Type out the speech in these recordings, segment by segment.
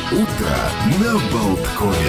Утро на Болткове.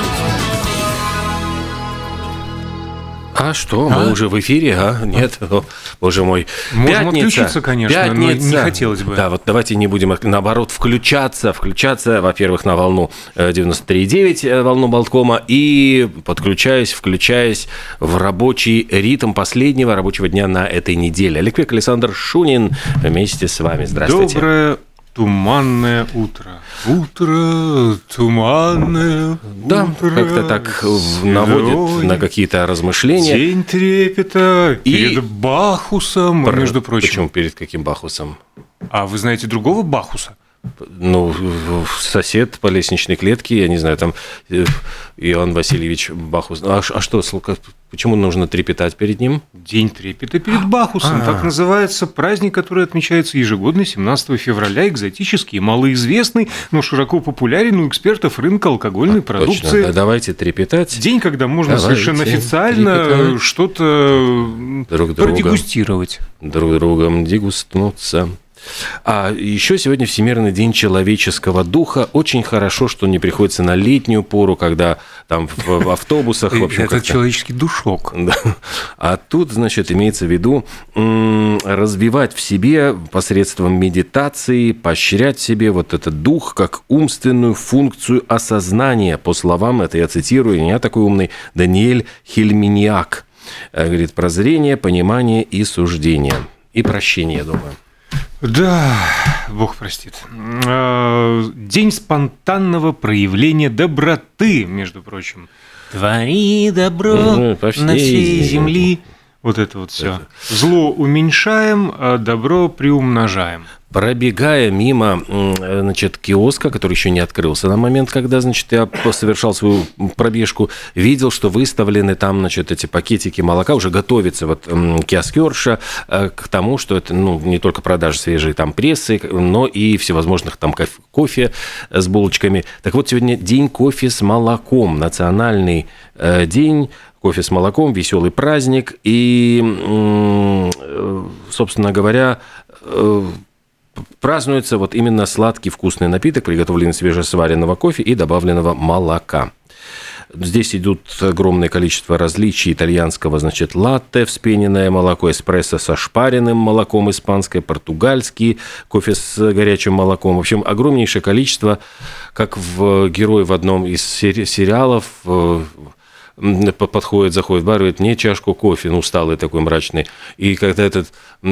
А что, мы уже в эфире, а? Нет? О, боже мой. Можем отключиться, конечно, пятница. но не хотелось бы. Да, вот давайте не будем, наоборот, включаться, во-первых, на волну 93,9, волну Болткома, и включаясь в рабочий ритм последнего рабочего дня на этой неделе. Олег Пек, Александр Шунин вместе с вами. Здравствуйте. Доброе туманное утро. Утро туманное. Да, утро, как-то так наводит на какие-то размышления. День трепета перед Бахусом, между прочим. Почему перед каким Бахусом? А вы знаете другого Бахуса? Ну, сосед по лестничной клетке, я не знаю, там Иоанн Васильевич Бахус. А что, почему нужно трепетать перед ним? День трепета перед Бахусом. Так называется праздник, который отмечается ежегодно 17 февраля. Экзотический, малоизвестный, но широко популярен у экспертов рынка алкогольной продукции. Точно, да, давайте трепетать. День, когда можно совершенно официально трепетать. Что-то продегустировать. Друг другом дегустнуться. А еще сегодня Всемирный день человеческого духа. Очень хорошо, что не приходится на летнюю пору, когда там в автобусах... в общем, это человеческий душок. Да. А тут, значит, имеется в виду развивать в себе посредством медитации, поощрять в себе вот этот дух как умственную функцию осознания. По словам, это я цитирую, я такой умный, Даниэль Хельминиак. Говорит, прозрение, понимание и суждение. И прощение, я думаю. Да, Бог простит. День спонтанного проявления доброты, между прочим. Твори добро на всей земли. Вот это вот все. Зло уменьшаем, а добро приумножаем. Пробегая мимо, значит, киоска, который еще не открылся на момент, когда, значит, я совершал свою пробежку, видел, что выставлены там, значит, эти пакетики молока, уже готовится вот киоскерша к тому, что это, ну, не только продажа свежей там прессы, но и всевозможных там кофе с булочками. Так вот, сегодня день кофе с молоком, национальный день. Кофе с молоком, веселый праздник. И, собственно говоря, празднуется вот именно сладкий вкусный напиток, приготовленный из свежесваренного кофе и добавленного молока. Здесь идут огромное количество различий итальянского, значит, латте, вспененное молоко, эспрессо со шпаренным молоком, испанское, португальский, кофе с горячим молоком. В общем, огромнейшее количество, как в герой в одном из сериалов подходит, заходит в бар, говорит, мне чашку кофе, ну, усталый такой мрачный. И когда этот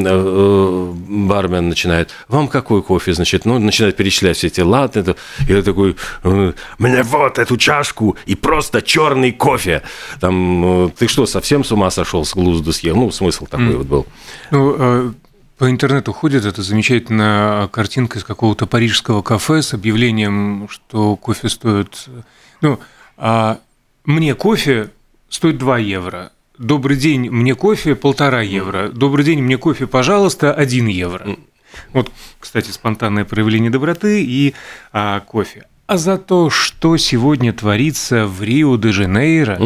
бармен начинает, вам какой кофе, значит, ну, начинает перечислять все эти латте, и я такой, мне вот эту чашку и просто черный кофе. Там, ты что, совсем с ума сошел, с глузду съел? Ну, смысл такой вот был. Ну, по интернету ходит эта замечательная картинка из какого-то парижского кафе с объявлением, что кофе стоит, ну, мне кофе стоит 2 евро. Добрый день, мне кофе 1,5 евро. Добрый день, мне кофе, пожалуйста, 1 евро. Вот, кстати, спонтанное проявление доброты и кофе. А за то, что сегодня творится в Рио-де-Жанейро.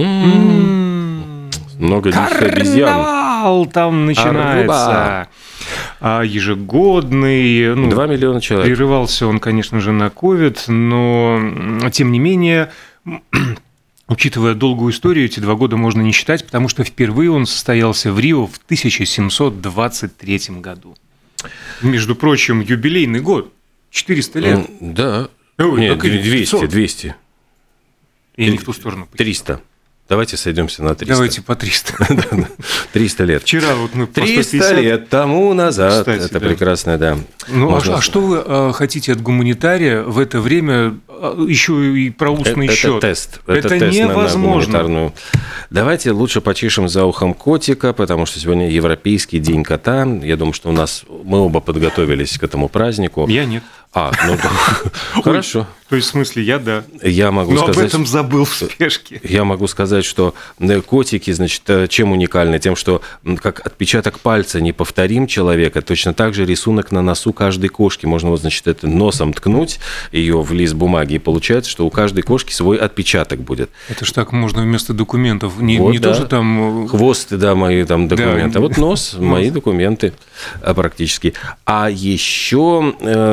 Много диких обезьян. Карнавал там начинается. Ежегодный. 2 миллиона человек. Прерывался он, конечно же, на ковид, но, тем не менее... Учитывая долгую историю, эти 2 года можно не считать, потому что впервые он состоялся в Рио в 1723 году. Между прочим, юбилейный год. 400 лет. Да. Нет, 200. Я не в ту сторону. 300. Давайте сойдемся на 300. Давайте по 300. 300 лет. Вчера вот мы 300 лет тому назад. Кстати, это да. Прекрасно, да. Ну, а что вы хотите от гуманитария в это время еще и про устный счет? Это тест невозможно. На гуманитарную. Давайте лучше почешем за ухом котика, потому что сегодня Европейский день кота. Я думаю, что мы оба подготовились к этому празднику. Я нет. Хорошо. То есть, в смысле, я да. Я могу сказать, об этом забыл в спешке. Я могу сказать, что котики, значит, чем уникальны? Тем, что как отпечаток пальца неповторим человека, точно так же рисунок на носу каждой кошки. Можно, вот, значит, это носом ткнуть ее в лист бумаги, и получается, что у каждой кошки свой отпечаток будет. Это ж так можно вместо документов. Не да. тоже там... Хвост, да, мои там документы. Да. А вот нос, мои документы практически. А еще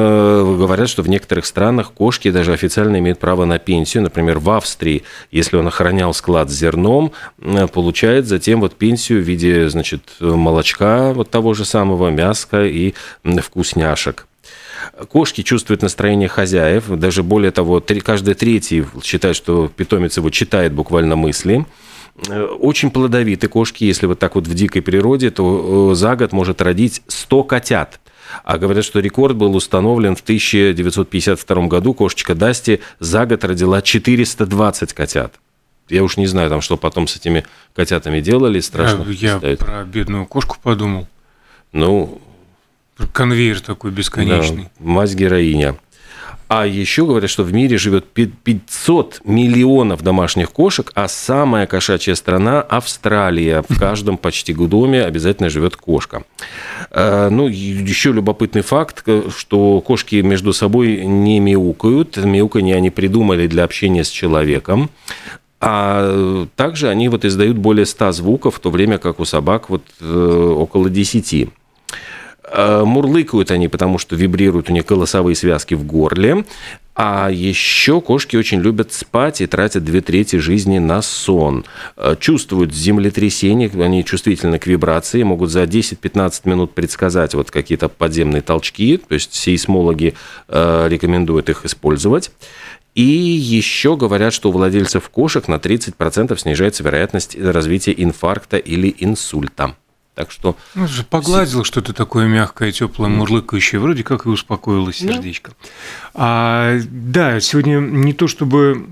говорят, что в некоторых странах кошки даже официально имеют право на пенсию. Например, в Австрии, если он охранял склад с зерном, получает затем вот пенсию в виде, значит, молочка вот того же самого, мяска и вкусняшек. Кошки чувствуют настроение хозяев, даже более того, каждый третий считает, что питомец его читает буквально мысли. Очень плодовиты кошки, если вот так вот в дикой природе, то за год может родить 100 котят. А говорят, что рекорд был установлен в 1952 году. Кошечка Дасти за год родила 420 котят. Я уж не знаю, там, что потом с этими котятами делали, страшно. Я про бедную кошку подумал. Ну... Конвейер такой бесконечный. Да, мать-героиня. А еще говорят, что в мире живет 500 миллионов домашних кошек, а самая кошачья страна – Австралия. В каждом почти доме обязательно живет кошка. Ну, еще любопытный факт, что кошки между собой не мяукают. Мяуканье они придумали для общения с человеком. А также они вот издают более 100 звуков, в то время как у собак вот около 10. Мурлыкают они, потому что вибрируют у них голосовые связки в горле. А еще кошки очень любят спать и тратят 2/3 жизни на сон. Чувствуют землетрясения, они чувствительны к вибрации, могут за 10-15 минут предсказать вот какие-то подземные толчки. То есть сейсмологи рекомендуют их использовать. И еще говорят, что у владельцев кошек на 30% снижается вероятность развития инфаркта или инсульта. Так что... Ну, же погладил что-то такое мягкое, теплое, мурлыкающее, вроде как и успокоилось сердечко. Да, сегодня не то чтобы,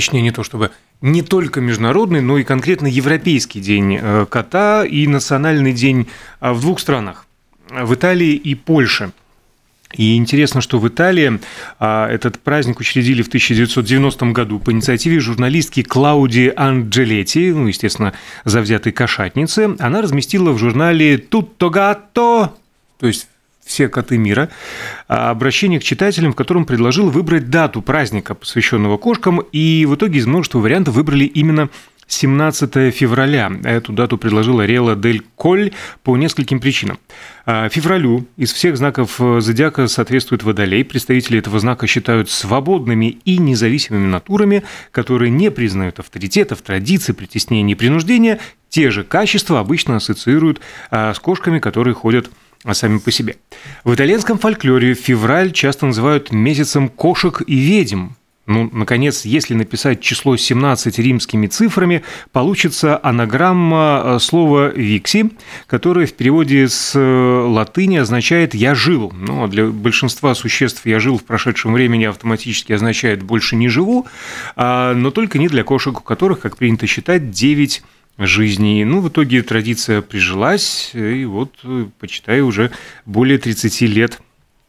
не только международный, но и конкретно Европейский день кота и национальный день в 2 странах, в Италии и Польше. И интересно, что в Италии этот праздник учредили в 1990 году по инициативе журналистки Клауди Анджелетти, естественно, завзятой кошатницы. Она разместила в журнале «Tutto gatto», то есть «Все коты мира», обращение к читателям, в котором предложил выбрать дату праздника, посвященного кошкам, и в итоге из множества вариантов выбрали именно 17 февраля. Эту дату предложила Рела Дель Коль по нескольким причинам. Февралю из всех знаков зодиака соответствует Водолей. Представители этого знака считают свободными и независимыми натурами, которые не признают авторитетов, традиций, притеснений и принуждения. Те же качества обычно ассоциируют с кошками, которые ходят сами по себе. В итальянском фольклоре февраль часто называют месяцем кошек и ведьм. Ну, наконец, если написать число 17 римскими цифрами, получится анаграмма слова «викси», которое в переводе с латыни означает «я жил». Но для большинства существ «я жил» в прошедшем времени автоматически означает «больше не живу», но только не для кошек, у которых, как принято считать, 9 жизней. Ну, в итоге традиция прижилась, и вот, почитай, уже более 30 лет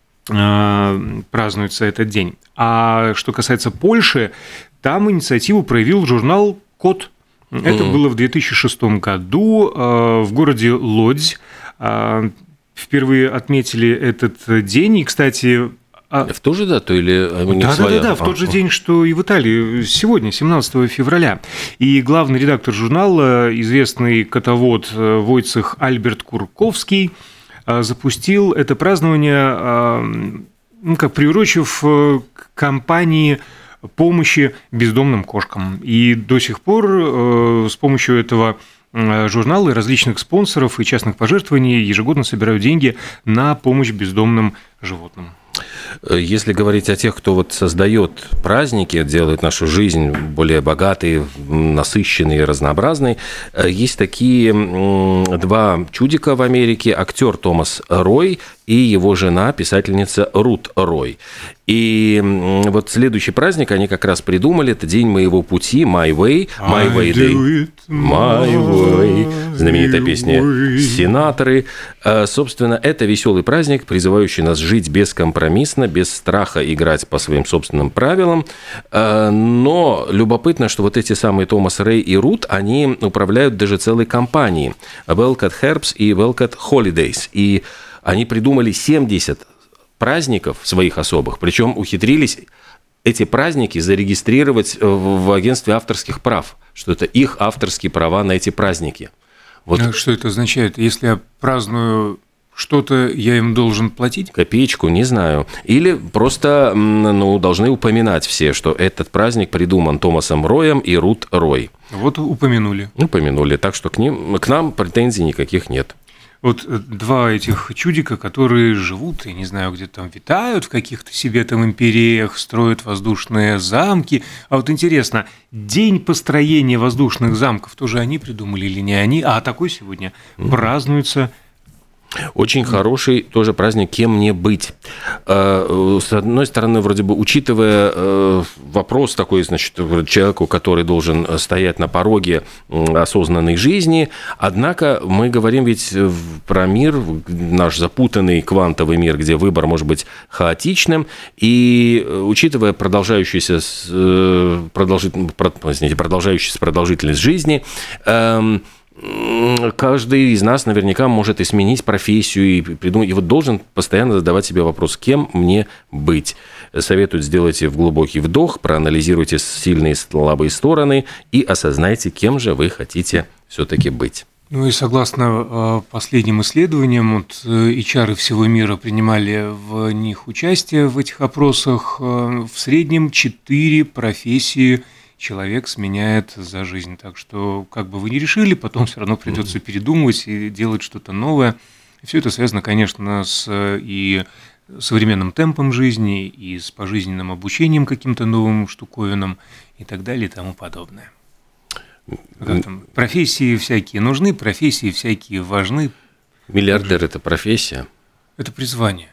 празднуется этот день. А что касается Польши, там инициативу проявил журнал «Кот». Это было в 2006 году в городе Лодзь. Впервые отметили этот день. И, кстати... В ту же дату или у них своя? Да, в тот же день, что и в Италии, сегодня, 17 февраля. И главный редактор журнала, известный котовод Войцех Альберт Курковский, запустил это празднование, как приурочив к кампании помощи бездомным кошкам. И до сих пор с помощью этого журнала и различных спонсоров и частных пожертвований ежегодно собирают деньги на помощь бездомным животным. Если говорить о тех, кто вот создает праздники, делает нашу жизнь более богатой, насыщенной и разнообразной, есть такие 2 чудика в Америке: актер Томас Рой и его жена, писательница Рут Рой. И вот следующий праздник они как раз придумали. Это день моего пути, My Way, My Way Day, My Way, знаменитая песня «Сенаторы». Собственно, это веселый праздник, призывающий нас жить бескомпромиссно, без страха играть по своим собственным правилам. Но любопытно, что вот эти самые Томас Рэй и Рут, они управляют даже целой компанией Wellcat Herbs и Wellcat Holidays. И они придумали 70 праздников своих особых, причем ухитрились эти праздники зарегистрировать в агентстве авторских прав, что это их авторские права на эти праздники. Вот. Что это означает? Если я праздную что-то я им должен платить? Копеечку, не знаю. Или просто должны упоминать все, что этот праздник придуман Томасом Роем и Рут Рой. Вот упомянули. Упомянули, так что к нам претензий никаких нет. Вот два этих чудика, которые живут, я не знаю, где-то там витают в каких-то себе там империях, строят воздушные замки. А вот интересно, день построения воздушных замков тоже они придумали или не они? А такой сегодня празднуется. Очень хороший тоже праздник «Кем мне быть?». С одной стороны, вроде бы, учитывая вопрос такой, значит, человеку, который должен стоять на пороге осознанной жизни, однако мы говорим ведь про мир, наш запутанный квантовый мир, где выбор может быть хаотичным, и учитывая продолжающуюся продолжительность жизни, каждый из нас наверняка может и сменить профессию, и придумать, и вот должен постоянно задавать себе вопрос, кем мне быть. Советуют, сделайте глубокий вдох, проанализируйте сильные и слабые стороны и осознайте, кем же вы хотите все-таки быть. Ну и согласно последним исследованиям, HR всего мира принимали в них участие, в этих опросах, в среднем 4 профессии человек сменяет за жизнь. Так что, как бы вы ни решили, потом все равно придется передумывать и делать что-то новое. И все это связано, конечно, с и современным темпом жизни, и с пожизненным обучением каким-то новым штуковинам и так далее и тому подобное. Профессии всякие нужны, профессии всякие важны. Миллиардер – это профессия? Это призвание.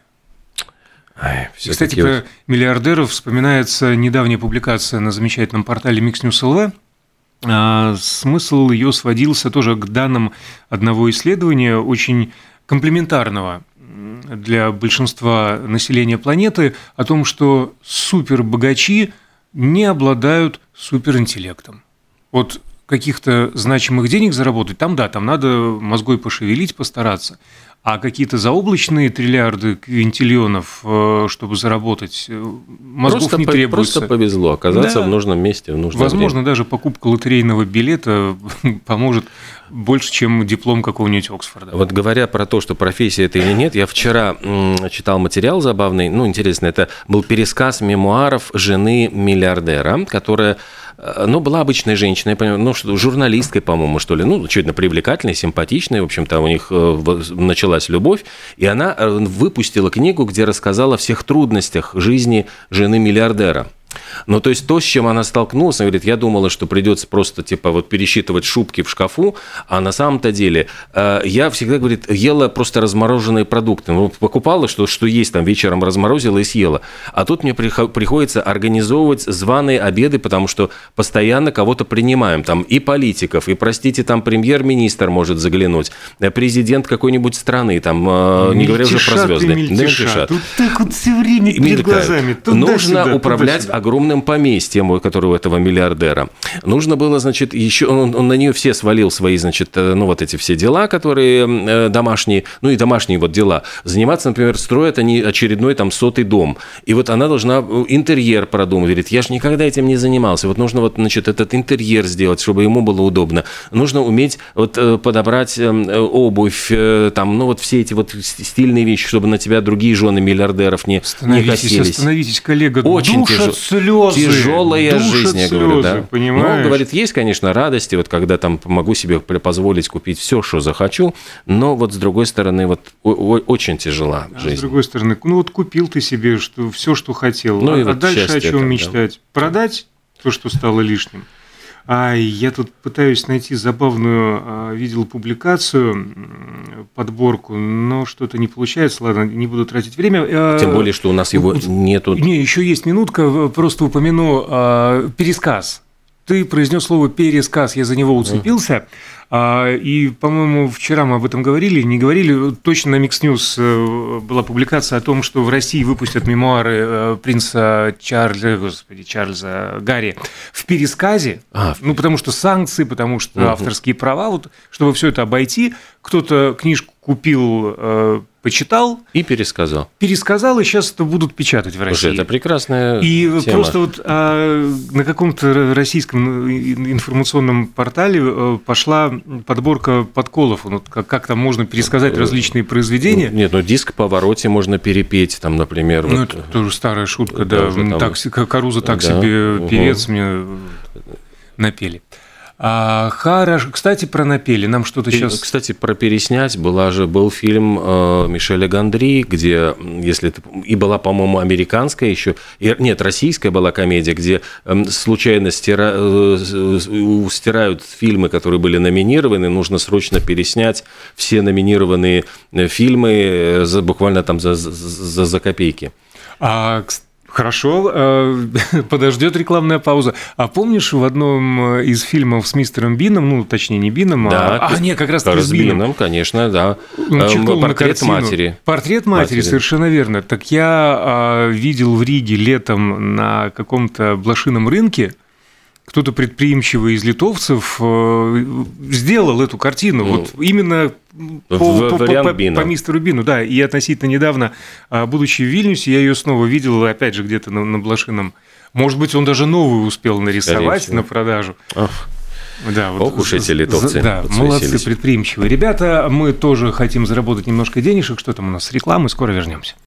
Кстати, про миллиардеров вспоминается недавняя публикация на замечательном портале Mixnews.lv. Смысл ее сводился тоже к данным одного исследования, очень комплементарного для большинства населения планеты, о том, что супербогачи не обладают суперинтеллектом. Вот каких-то значимых денег заработать, там надо мозгой пошевелить, постараться. А какие-то заоблачные триллиарды квинтиллионов, чтобы заработать, мозгов не требуется. Просто повезло оказаться в нужном месте в нужное Возможно, время. даже покупка лотерейного билета поможет больше, чем диплом какого-нибудь Оксфорда. Вот говоря про то, что профессия это или нет, я вчера читал материал забавный, интересно, это был пересказ мемуаров жены миллиардера, которая была обычной женщиной, я понимаю, журналисткой, по-моему, что ли, очевидно, привлекательной, симпатичной, в общем-то, у них началась любовь, и она выпустила книгу, где рассказала о всех трудностях жизни жены миллиардера. То есть то, с чем она столкнулась, она говорит, я думала, что придется просто пересчитывать шубки в шкафу, а на самом-то деле я всегда, говорит, ела просто размороженные продукты. Покупала, что есть там вечером, разморозила и съела. А тут мне приходится организовывать званые обеды, потому что постоянно кого-то принимаем. Там и политиков, и, простите, там премьер-министр может заглянуть, президент какой-нибудь страны, там, не говоря уже про звезды. Тут так вот все время перед глазами. Нужно управлять огромным поместьем, которое у этого миллиардера. Нужно было, значит, еще он на нее все свалил свои, значит, эти все дела, которые домашние, и домашние дела. Заниматься, например, строят они очередной 100-й дом. И она должна интерьер продумать. Говорит, я же никогда этим не занимался. Нужно, этот интерьер сделать, чтобы ему было удобно. Нужно уметь подобрать обувь, все эти стильные вещи, чтобы на тебя другие жены миллиардеров не косились. Остановитесь, коллега. Очень тяжелая жизнь, я говорю, да. Понимаешь? Говорит, есть, конечно, радости, когда могу себе позволить купить все, что захочу, но с другой стороны, очень тяжела жизнь. С другой стороны, купил ты себе все, что хотел, дальше о чем мечтать? Да. Продать то, что стало лишним. Я тут пытаюсь найти забавную, видел публикацию, подборку, но что-то не получается. Ладно, не буду тратить время. Тем более, что у нас его нету. Не, еще есть минутка, просто упомяну пересказ. Ты произнес слово «пересказ», я за него уцепился. И, по-моему, вчера мы об этом говорили, не говорили. Точно на Mix News была публикация о том, что в России выпустят мемуары принца Чарльза Гарри в пересказе. Потому что санкции, потому что авторские права. Чтобы все это обойти, кто-то книжку купил, почитал. И пересказал. Пересказал, и сейчас это будут печатать в России. Слушай, это прекрасная тема. И просто на каком-то российском информационном портале пошла подборка подколов, вот как там можно пересказать различные произведения. Нет, ну диск «Повороте» можно перепеть, там, например. Ну, вот, это тоже старая шутка, да. там, Каруза так да, себе певец мне напели. Хорошо. Кстати, про напели. Нам что-то сейчас... Кстати, про переснять был фильм Мишеля Гондри, где, если это... И была, по-моему, американская еще... Нет, российская была комедия, где случайно стирают фильмы, которые были номинированы, нужно срочно переснять все номинированные фильмы буквально там за копейки. Хорошо, подождет рекламная пауза. А помнишь, в одном из фильмов с мистером Бином, ну, точнее, не Бином, нет, как раз с Бином, конечно, да. «Портрет матери». «Портрет матери», совершенно верно. Так я видел в Риге летом на каком-то блошином рынке, кто-то предприимчивый из литовцев сделал эту картину, вот именно по мистеру Бину, да, и относительно недавно, будучи в Вильнюсе, я ее снова видел, опять же, где-то на блошином. Может быть, он даже новую успел нарисовать на продажу. Да, вот, ох уж эти литовцы. Да, молодцы, предприимчивые. Ребята, мы тоже хотим заработать немножко денежек. Что там у нас с рекламой? Скоро вернемся.